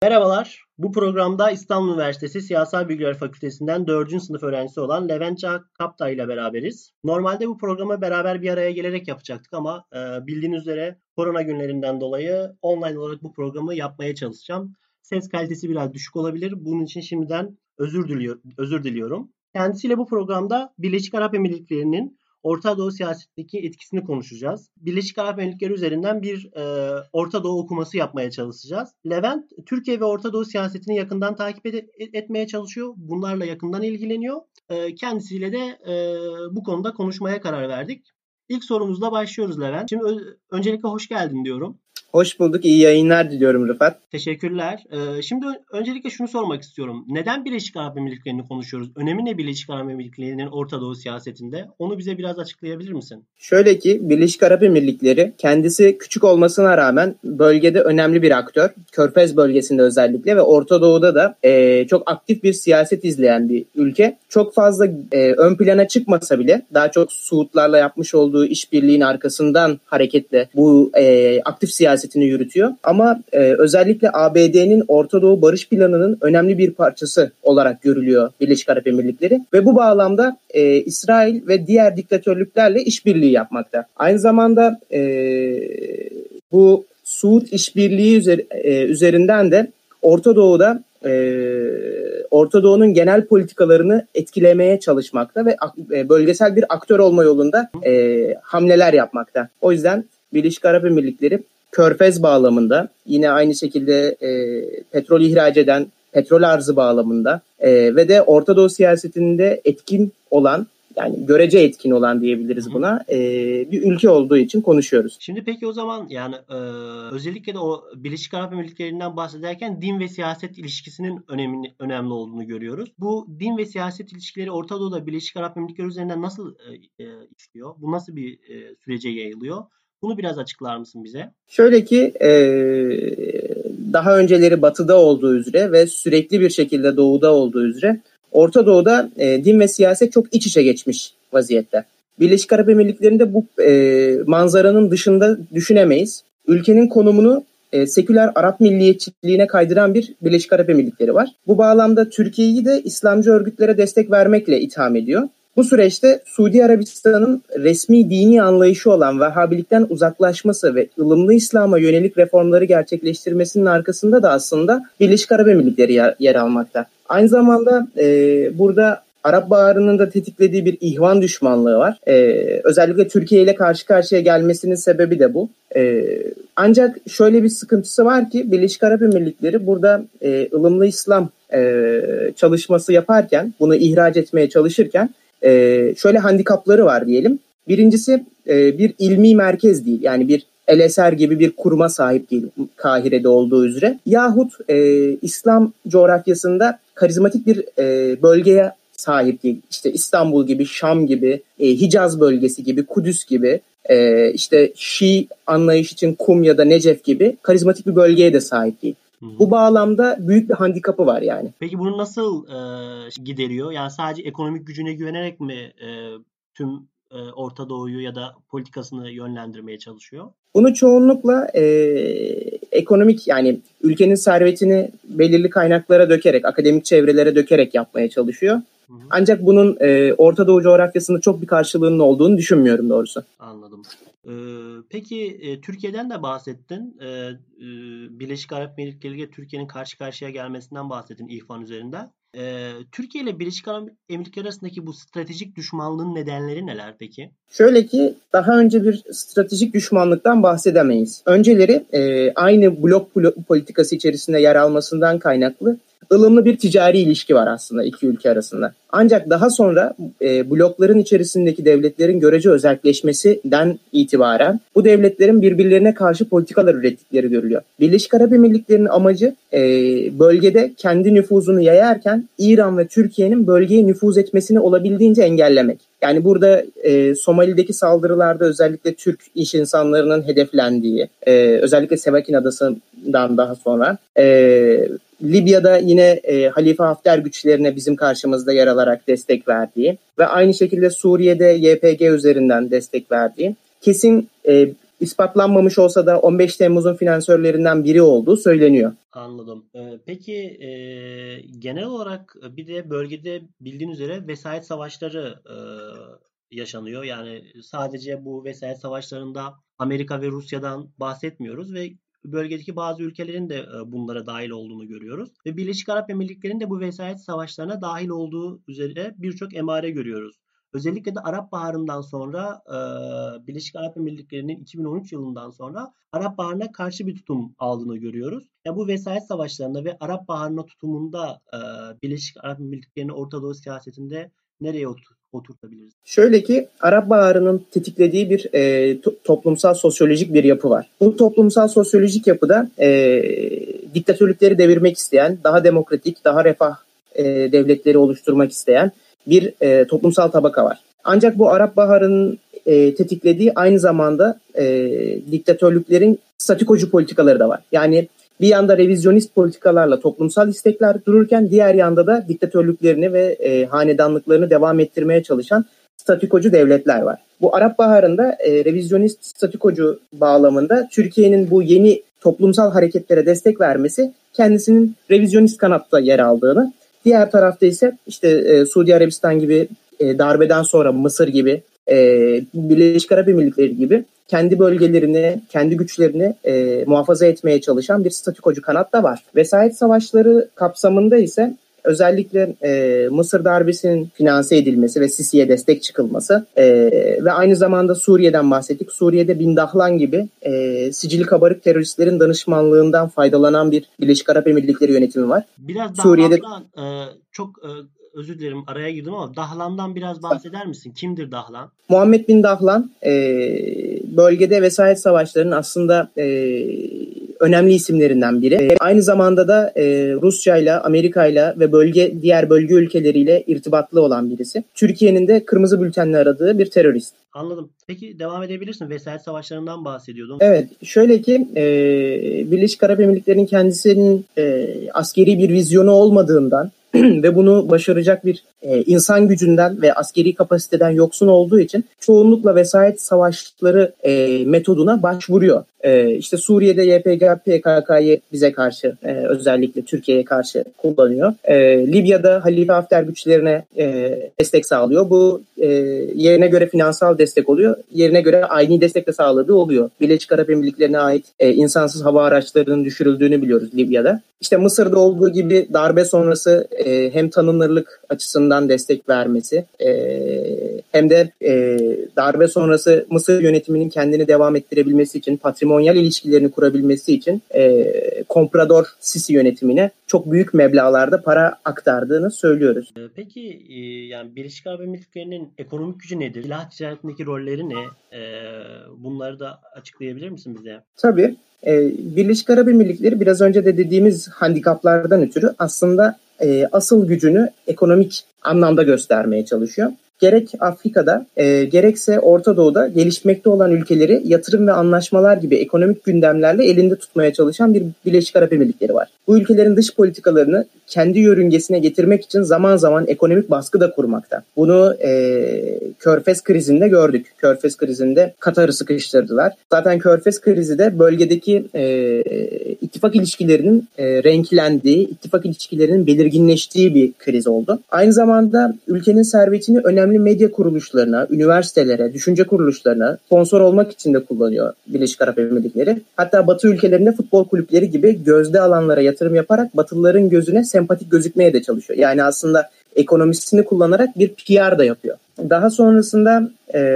Merhabalar. Bu programda İstanbul Üniversitesi Siyasal Bilgiler Fakültesinden 4. sınıf öğrencisi olan Levent Çağ Kaptay ile beraberiz. Normalde bu programı beraber bir araya gelerek yapacaktık ama bildiğiniz üzere korona günlerinden dolayı online olarak bu programı yapmaya çalışacağım. Ses kalitesi biraz düşük olabilir. Bunun için şimdiden özür diliyorum. Kendisiyle bu programda Birleşik Arap Emirlikleri'nin Orta Doğu siyasetindeki etkisini konuşacağız. Birleşik Arap Emirlikleri üzerinden bir Orta Doğu okuması yapmaya çalışacağız. Levent, Türkiye ve Orta Doğu siyasetini yakından takip etmeye çalışıyor. Bunlarla yakından ilgileniyor. Kendisiyle de bu konuda konuşmaya karar verdik. İlk sorumuzla başlıyoruz Levent. Şimdi öncelikle hoş geldin diyorum. Hoş bulduk. İyi yayınlar diliyorum Rıfat. Teşekkürler. Şimdi öncelikle şunu sormak istiyorum. Neden Birleşik Arap Emirlikleri'ni konuşuyoruz? Önemi ne Birleşik Arap Emirlikleri'nin Orta Doğu siyasetinde? Onu bize biraz açıklayabilir misin? Şöyle ki Birleşik Arap Emirlikleri kendisi küçük olmasına rağmen bölgede önemli bir aktör. Körfez bölgesinde özellikle ve Orta Doğu'da da çok aktif bir siyaset izleyen bir ülke. Çok fazla ön plana çıkmasa bile daha çok Suudlarla yapmış olduğu işbirliğinin arkasından hareketle bu aktif siyasetini yürütüyor. Ama özellikle ABD'nin Orta Doğu Barış Planı'nın önemli bir parçası olarak görülüyor Birleşik Arap Emirlikleri ve bu bağlamda İsrail ve diğer diktatörlüklerle işbirliği yapmakta. Aynı zamanda bu Suud işbirliği üzerinden de Orta Doğu'da Orta Doğu'nun genel politikalarını etkilemeye çalışmakta ve bölgesel bir aktör olma yolunda hamleler yapmakta. O yüzden Birleşik Arap Emirlikleri Körfez bağlamında yine aynı şekilde petrol ihraç eden petrol arzı bağlamında ve de Orta Doğu siyasetinde etkin olan, yani görece etkin olan diyebiliriz buna, bir ülke olduğu için konuşuyoruz. Şimdi peki o zaman yani özellikle de o Birleşik Arap Emirlikleri'nden bahsederken din ve siyaset ilişkisinin önemli olduğunu görüyoruz. Bu din ve siyaset ilişkileri Orta Doğu'da Birleşik Arap Emirlikleri üzerinden nasıl işliyor? Bu nasıl bir sürece yayılıyor? Bunu biraz açıklar mısın bize? Şöyle ki daha önceleri Batı'da olduğu üzere ve sürekli bir şekilde Doğu'da olduğu üzere Orta Doğu'da din ve siyaset çok iç içe geçmiş vaziyette. Birleşik Arap Emirlikleri'nde bu manzaranın dışında düşünemeyiz. Ülkenin konumunu seküler Arap milliyetçiliğine kaydıran bir Birleşik Arap Emirlikleri var. Bu bağlamda Türkiye'yi de İslamcı örgütlere destek vermekle itham ediyor. Bu süreçte Suudi Arabistan'ın resmi dini anlayışı olan Vehhabilikten uzaklaşması ve ılımlı İslam'a yönelik reformları gerçekleştirmesinin arkasında da aslında Birleşik Arap Emirlikleri yer almakta. Aynı zamanda burada Arap Baharı'nın da tetiklediği bir ihvan düşmanlığı var. Özellikle Türkiye ile karşı karşıya gelmesinin sebebi de bu. Ancak şöyle bir sıkıntısı var ki Birleşik Arap Emirlikleri burada ılımlı İslam çalışması yaparken, bunu ihraç etmeye çalışırken şöyle handikapları var diyelim. Birincisi bir ilmi merkez değil. Yani bir El Eser gibi bir kuruma sahip değil Kahire'de olduğu üzere. Yahut İslam coğrafyasında karizmatik bir bölgeye sahip değil. İşte İstanbul gibi, Şam gibi, Hicaz bölgesi gibi, Kudüs gibi, işte Şii anlayış için Kum ya da Necef gibi karizmatik bir bölgeye de sahip değil. Bu bağlamda büyük bir handikapı var yani. Peki bunu nasıl gideriyor? Yani sadece ekonomik gücüne güvenerek mi tüm Orta Doğu'yu ya da politikasını yönlendirmeye çalışıyor? Bunu çoğunlukla ekonomik, yani ülkenin servetini belirli kaynaklara dökerek, akademik çevrelere dökerek yapmaya çalışıyor. Ancak bunun Orta Doğu coğrafyasında çok bir karşılığının olduğunu düşünmüyorum doğrusu. Anladım. Peki Türkiye'den de bahsettin. Birleşik Arap Emirlikleri ile Türkiye'nin karşı karşıya gelmesinden bahsettin İhvan üzerinden. Türkiye ile Birleşik Arap Emirlikleri arasındaki bu stratejik düşmanlığın nedenleri neler peki? Şöyle ki daha önce bir stratejik düşmanlıktan bahsedemeyiz. Önceleri aynı blok politikası içerisinde yer almasından kaynaklı ılımlı bir ticari ilişki var aslında iki ülke arasında. Ancak daha sonra blokların içerisindeki devletlerin görece özelleşmesinden itibaren bu devletlerin birbirlerine karşı politikalar ürettikleri görülüyor. Birleşik Arap Emirlikleri'nin amacı bölgede kendi nüfuzunu yayarken İran ve Türkiye'nin bölgeye nüfuz etmesini olabildiğince engellemek. Yani burada Somali'deki saldırılarda özellikle Türk iş insanlarının hedeflendiği, özellikle Sevakin Adası'ndan daha sonra Libya'da yine Halife Hafter güçlerine bizim karşımızda yer alarak destek verdiği ve aynı şekilde Suriye'de YPG üzerinden destek verdiği kesin ispatlanmamış olsa da 15 Temmuz'un finansörlerinden biri olduğu söyleniyor. Anladım. Peki genel olarak bir de bölgede bildiğin üzere vesayet savaşları yaşanıyor. Yani sadece bu vesayet savaşlarında Amerika ve Rusya'dan bahsetmiyoruz ve bölgedeki bazı ülkelerin de bunlara dahil olduğunu görüyoruz. Ve Birleşik Arap Emirlikleri'nin de bu vesayet savaşlarına dahil olduğu üzere birçok emare görüyoruz. Özellikle de Arap Baharı'ndan sonra Birleşik Arap Emirlikleri'nin 2013 yılından sonra Arap Baharı'na karşı bir tutum aldığını görüyoruz. Ya bu vesayet savaşlarında ve Arap Baharı'na tutumunda Birleşik Arap Emirlikleri'nin Orta Doğu siyasetinde nereye oturtabiliriz? Şöyle ki Arap Baharı'nın tetiklediği bir toplumsal sosyolojik bir yapı var. Bu toplumsal sosyolojik yapıda diktatörlükleri devirmek isteyen, daha demokratik, daha refah devletleri oluşturmak isteyen bir toplumsal tabaka var. Ancak bu Arap Baharı'nın tetiklediği aynı zamanda diktatörlüklerin statikocu politikaları da var. Yani bir yanda revizyonist politikalarla toplumsal istekler dururken diğer yanda da diktatörlüklerini ve hanedanlıklarını devam ettirmeye çalışan statikocu devletler var. Bu Arap Baharı'nda revizyonist statikocu bağlamında Türkiye'nin bu yeni toplumsal hareketlere destek vermesi kendisinin revizyonist kanatta yer aldığını, diğer tarafta ise işte Suudi Arabistan gibi darbeden sonra Mısır gibi, Birleşik Arap Emirlikleri gibi kendi bölgelerini, kendi güçlerini muhafaza etmeye çalışan bir statikocu kanat da var. Vesayet savaşları kapsamında ise özellikle Mısır darbesinin finanse edilmesi ve Sisi'ye destek çıkılması ve aynı zamanda Suriye'den bahsettik. Suriye'de Bin Dahlan gibi sicili kabarık teröristlerin danışmanlığından faydalanan bir Birleşik Arap Emirlikleri yönetimi var. Biraz Dahlan'dan çok özür dilerim araya girdim ama Dahlan'dan biraz bahseder misin? Kimdir Dahlan? Muhammed Bin Dahlan bölgede vesayet savaşlarının aslında önemli isimlerinden biri. Aynı zamanda da Rusya'yla, Amerika'yla ve diğer bölge ülkeleriyle irtibatlı olan birisi. Türkiye'nin de kırmızı bültenle aradığı bir terörist. Anladım. Peki devam edebilirsin. Vesayet savaşlarından bahsediyordum. Evet. Şöyle ki Birleşik Arap Emirlikleri'nin kendisinin askeri bir vizyonu olmadığından ve bunu başaracak bir insan gücünden ve askeri kapasiteden yoksun olduğu için çoğunlukla vesayet savaşları metoduna başvuruyor. İşte Suriye'de YPG, PKK'yı bize karşı özellikle Türkiye'ye karşı kullanıyor. Libya'da Halife Hafter güçlerine destek sağlıyor. Bu yerine göre finansal destek oluyor. Yerine göre aynı destek de sağladığı oluyor. Birleşik Arap Emirlikleri'ne ait insansız hava araçlarının düşürüldüğünü biliyoruz Libya'da. İşte Mısır'da olduğu gibi darbe sonrası hem tanınırlık açısından destek vermesi hem de darbe sonrası Mısır yönetiminin kendini devam ettirebilmesi için, patrimonyal ilişkilerini kurabilmesi için komprador Sisi yönetimine çok büyük meblağlarda para aktardığını söylüyoruz. Peki yani Birleşik Arap Emirlikleri'nin ekonomik gücü nedir? Silah ticaretindeki rolleri ne? Bunları da açıklayabilir misin bize? Tabii. Birleşik Arap Emirlikleri biraz önce de dediğimiz handikaplardan ötürü aslında asıl gücünü ekonomik anlamda göstermeye çalışıyor. Gerek Afrika'da gerekse Orta Doğu'da gelişmekte olan ülkeleri yatırım ve anlaşmalar gibi ekonomik gündemlerle elinde tutmaya çalışan bir Birleşik Arap Emirlikleri var. Bu ülkelerin dış politikalarını kendi yörüngesine getirmek için zaman zaman ekonomik baskı da kurmakta. Bunu Körfez krizinde gördük. Körfez krizinde Katar'ı sıkıştırdılar. Zaten Körfez krizi de bölgedeki ittifak ilişkilerinin renklendiği, ittifak ilişkilerinin belirginleştiği bir kriz oldu. Aynı zamanda ülkenin servetini önemli medya kuruluşlarına, üniversitelere, düşünce kuruluşlarına sponsor olmak için de kullanıyor Birleşik Arap Emirlikleri. Hatta Batı ülkelerinde futbol kulüpleri gibi gözde alanlara yatırım yaparak Batılıların gözüne sempatik gözükmeye de çalışıyor. Yani aslında ekonomisini kullanarak bir PR da yapıyor. Daha sonrasında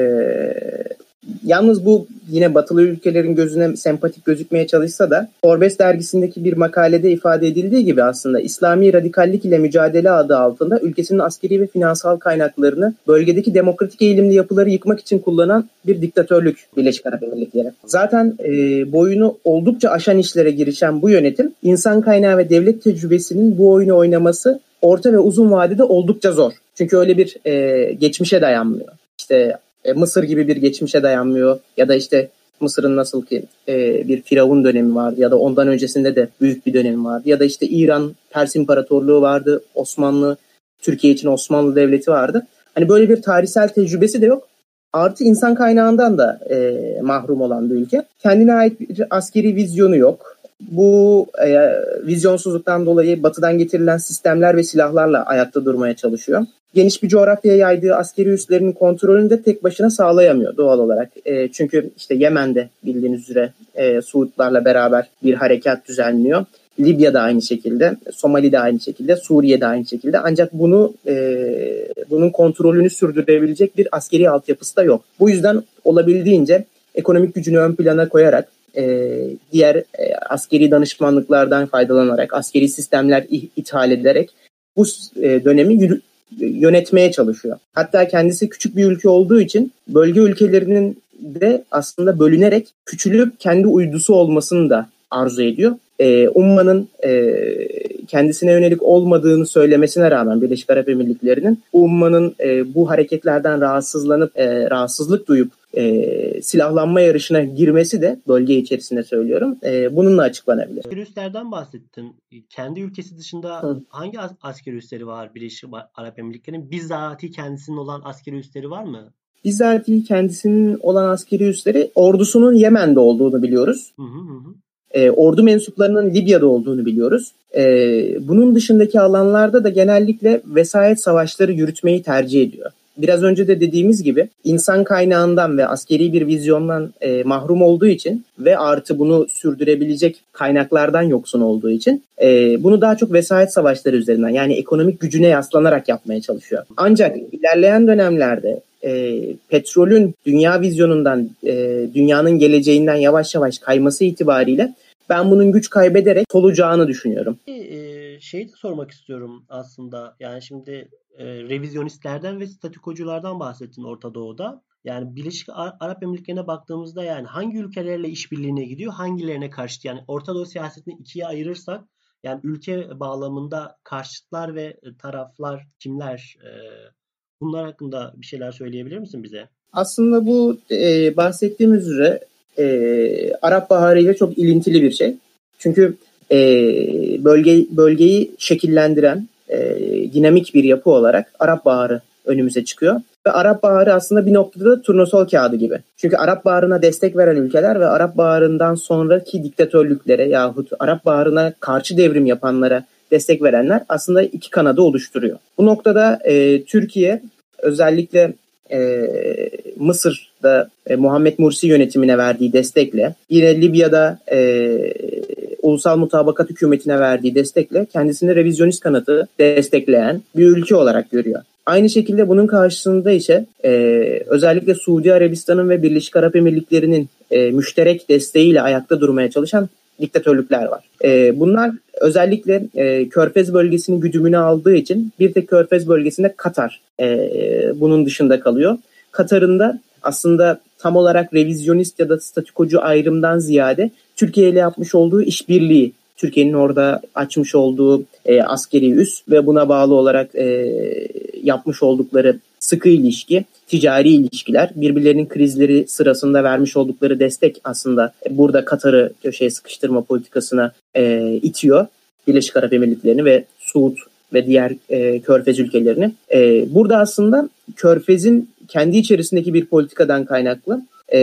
yalnız bu yine batılı ülkelerin gözüne sempatik gözükmeye çalışsa da Forbes dergisindeki bir makalede ifade edildiği gibi aslında İslami radikallik ile mücadele adı altında ülkesinin askeri ve finansal kaynaklarını bölgedeki demokratik eğilimli yapıları yıkmak için kullanan bir diktatörlük Birleşik Arap Emirlikleri. Zaten boyunu oldukça aşan işlere girişen bu yönetim insan kaynağı ve devlet tecrübesinin bu oyunu oynaması orta ve uzun vadede oldukça zor. Çünkü öyle bir geçmişe dayanmıyor. İşte Mısır gibi bir geçmişe dayanmıyor ya da işte Mısır'ın nasıl ki bir Firavun dönemi vardı ya da ondan öncesinde de büyük bir dönemi vardı ya da işte İran Pers İmparatorluğu vardı, Osmanlı, Türkiye için Osmanlı Devleti vardı. Hani böyle bir tarihsel tecrübesi de yok. Artı insan kaynağından da mahrum olan bir ülke. Kendine ait bir askeri vizyonu yok. Bu vizyonsuzluktan dolayı batıdan getirilen sistemler ve silahlarla ayakta durmaya çalışıyor. Geniş bir coğrafyaya yaydığı askeri üslerinin kontrolünü de tek başına sağlayamıyor doğal olarak. Çünkü işte Yemen'de bildiğiniz üzere Suudlarla beraber bir harekat düzenliyor. Libya'da aynı şekilde, Somali'de aynı şekilde, Suriye'de aynı şekilde. Ancak bunun kontrolünü sürdürebilecek bir askeri altyapısı da yok. Bu yüzden olabildiğince ekonomik gücünü ön plana koyarak, diğer askeri danışmanlıklardan faydalanarak, askeri sistemler ithal ederek bu dönemi yönetmeye çalışıyor. Hatta kendisi küçük bir ülke olduğu için bölge ülkelerinin de aslında bölünerek küçülüp kendi uydusu olmasını da arzu ediyor. UMMA'nın kendisine yönelik olmadığını söylemesine rağmen Birleşik Arap Emirlikleri'nin UMMA'nın bu hareketlerden rahatsızlık duyup silahlanma yarışına girmesi de bölge içerisinde söylüyorum. Bununla açıklanabilir. Askeri üslerden bahsettin. Kendi ülkesi dışında hangi askeri üsleri var Birleşik Arap Emirlikleri'nin? Bizzati kendisinin olan askeri üsleri var mı? Bizzati kendisinin olan askeri üsleri ordusunun Yemen'de olduğunu biliyoruz. Ordu mensuplarının Libya'da olduğunu biliyoruz. Bunun dışındaki alanlarda da genellikle vesayet savaşları yürütmeyi tercih ediyor. Biraz önce de dediğimiz gibi insan kaynağından ve askeri bir vizyondan mahrum olduğu için ve artı bunu sürdürebilecek kaynaklardan yoksun olduğu için bunu daha çok vesayet savaşları üzerinden, yani ekonomik gücüne yaslanarak yapmaya çalışıyor. Ancak ilerleyen dönemlerde petrolün dünya vizyonundan, dünyanın geleceğinden yavaş yavaş kayması itibariyle ben bunun güç kaybederek solacağını düşünüyorum. Şeyi de sormak istiyorum aslında. Yani şimdi revizyonistlerden ve statükoculardan bahsettin Orta Doğu'da. Yani Birleşik Arap Emirlikleri'ne baktığımızda yani hangi ülkelerle işbirliğine gidiyor, hangilerine karşıt? Yani Orta Doğu siyasetini ikiye ayırırsak yani ülke bağlamında karşıtlar ve taraflar kimler? Bunlar hakkında bir şeyler söyleyebilir misin bize? Aslında bu bahsettiğimiz üzere Arap Baharı ile çok ilintili bir şey. Çünkü bölgeyi şekillendiren dinamik bir yapı olarak Arap Baharı önümüze çıkıyor. Ve Arap Baharı aslında bir noktada turnusol kağıdı gibi. Çünkü Arap Baharı'na destek veren ülkeler ve Arap Baharı'ndan sonraki diktatörlüklere yahut Arap Baharı'na karşı devrim yapanlara destek verenler aslında iki kanadı oluşturuyor. Bu noktada Türkiye özellikle Mısır'da Muhammed Mursi yönetimine verdiği destekle, yine Libya'da Ulusal Mutabakat Hükümeti'ne verdiği destekle kendisini revizyonist kanadı destekleyen bir ülke olarak görüyor. Aynı şekilde bunun karşısında ise özellikle Suudi Arabistan'ın ve Birleşik Arap Emirlikleri'nin müşterek desteğiyle ayakta durmaya çalışan diktatörlükler var. Bunlar özellikle Körfez bölgesinin güdümünü aldığı için bir tek Körfez bölgesinde Katar bunun dışında kalıyor. Katar'ın da aslında tam olarak revizyonist ya da statükocu ayrımdan ziyade Türkiye ile yapmış olduğu işbirliği, Türkiye'nin orada açmış olduğu askeri üs ve buna bağlı olarak yapmış oldukları sıkı ilişki, ticari ilişkiler, birbirlerinin krizleri sırasında vermiş oldukları destek aslında burada Katar'ı köşeye sıkıştırma politikasına itiyor. Birleşik Arap Emirlikleri'ni ve Suud ve diğer Körfez ülkelerini. Burada aslında Körfez'in kendi içerisindeki bir politikadan kaynaklı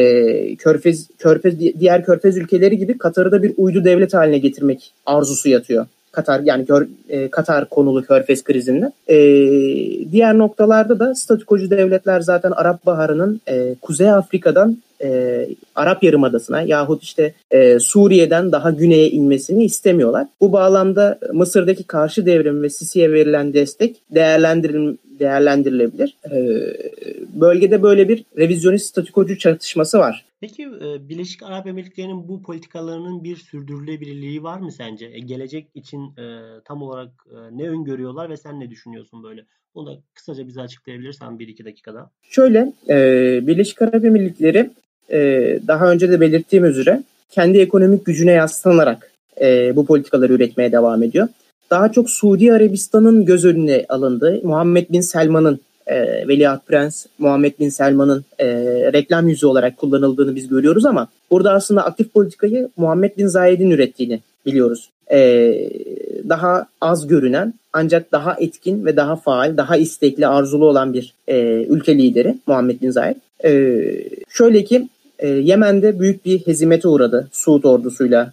diğer Körfez ülkeleri gibi Katar'ı da bir uydu devlet haline getirmek arzusu yatıyor. Katar konulu Körfez krizinde. Diğer noktalarda da statükocu devletler zaten Arap Baharı'nın Kuzey Afrika'dan Arap Yarımadası'na yahut işte Suriye'den daha güneye inmesini istemiyorlar. Bu bağlamda Mısır'daki karşı devrim ve Sisi'ye verilen destek değerlendirilebilir. Bölgede böyle bir revizyonist statükocu çatışması var. Peki Birleşik Arap Emirlikleri'nin bu politikalarının bir sürdürülebilirliği var mı sence? Gelecek için tam olarak ne öngörüyorlar ve sen ne düşünüyorsun böyle? Bunu da kısaca bize açıklayabilirsen 1-2 dakikada. Şöyle, Birleşik Arap Emirlikleri daha önce de belirttiğim üzere kendi ekonomik gücüne yaslanarak bu politikaları üretmeye devam ediyor. Daha çok Suudi Arabistan'ın göz önüne alındığı, Muhammed Bin Selman'ın, Veliaht Prens Muhammed Bin Selman'ın reklam yüzü olarak kullanıldığını biz görüyoruz ama burada aslında aktif politikayı Muhammed Bin Zayed'in ürettiğini biliyoruz. Daha az görünen ancak daha etkin ve daha faal, daha istekli, arzulu olan bir ülke lideri Muhammed Bin Zayed. Şöyle ki Yemen'de büyük bir hezimete uğradı Suud ordusuyla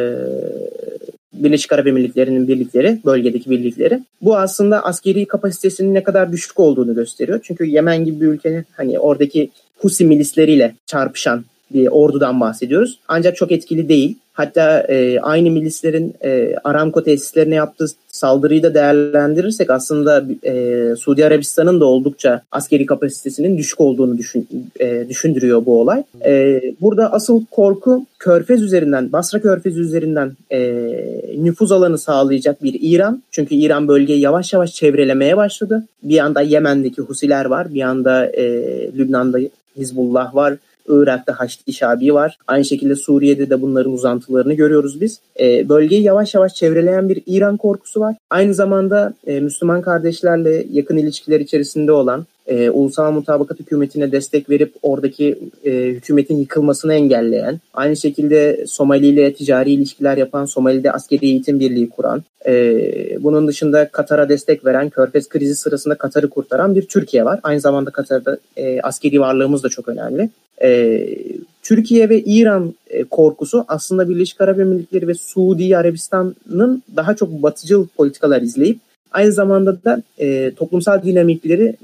Birleşik Arap Emirlikleri'nin birlikleri, bölgedeki birlikleri. Bu aslında askeri kapasitesinin ne kadar düşük olduğunu gösteriyor. Çünkü Yemen gibi bir ülkenin hani oradaki Husi milisleriyle çarpışan bir ordudan bahsediyoruz. Ancak çok etkili değil. Hatta aynı milislerin Aramco tesislerine yaptığı saldırıyı da değerlendirirsek aslında Suudi Arabistan'ın da oldukça askeri kapasitesinin düşük olduğunu düşündürüyor bu olay. Burada asıl korku Körfez üzerinden, Basra Körfezi üzerinden nüfuz alanı sağlayacak bir İran. Çünkü İran bölgeyi yavaş yavaş çevrelemeye başladı. Bir yanda Yemen'deki Husiler var, bir yanda Lübnan'da Hizbullah var. Irak'ta Haçlı Şabi var. Aynı şekilde Suriye'de de bunların uzantılarını görüyoruz biz. Bölgeyi yavaş yavaş çevreleyen bir İran korkusu var. Aynı zamanda Müslüman kardeşlerle yakın ilişkiler içerisinde olan ulusal mutabakat hükümetine destek verip oradaki hükümetin yıkılmasını engelleyen, aynı şekilde Somali ile ticari ilişkiler yapan, Somali'de askeri eğitim birliği kuran, bunun dışında Katar'a destek veren, Körfez krizi sırasında Katar'ı kurtaran bir Türkiye var. Aynı zamanda Katar'da askeri varlığımız da çok önemli. Türkiye ve İran korkusu aslında Birleşik Arap Emirlikleri ve Suudi Arabistan'ın daha çok batıcıl politikalar izleyip aynı zamanda da toplumsal dinamikleri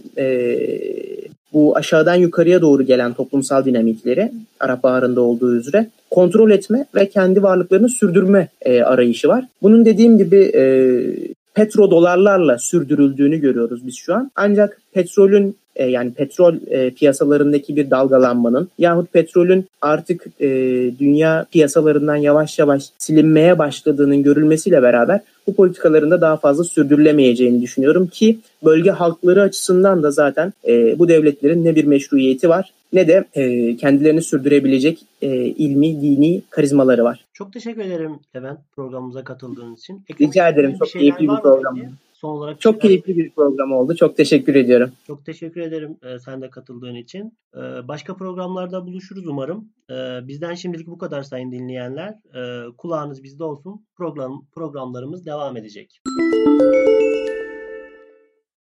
bu aşağıdan yukarıya doğru gelen toplumsal dinamikleri Arap Baharı'nda olduğu üzere kontrol etme ve kendi varlıklarını sürdürme arayışı var. Bunun dediğim gibi petrodolarlarla sürdürüldüğünü görüyoruz biz şu an. Ancak petrolün yani petrol piyasalarındaki bir dalgalanmanın yahut petrolün artık dünya piyasalarından yavaş yavaş silinmeye başladığının görülmesiyle beraber bu politikaların da daha fazla sürdürülemeyeceğini düşünüyorum ki bölge halkları açısından da zaten bu devletlerin ne bir meşruiyeti var ne de kendilerini sürdürebilecek ilmi, dini karizmaları var. Çok teşekkür ederim Levent programımıza katıldığınız için. Rica ederim. Çok keyifli bir program. Son olarak çok keyifli bir program oldu. Çok teşekkür ediyorum. Çok teşekkür ederim sen de katıldığın için. Başka programlarda buluşuruz umarım. Bizden şimdilik bu kadar sayın dinleyenler. Kulağınız bizde olsun. Programlarımız devam edecek.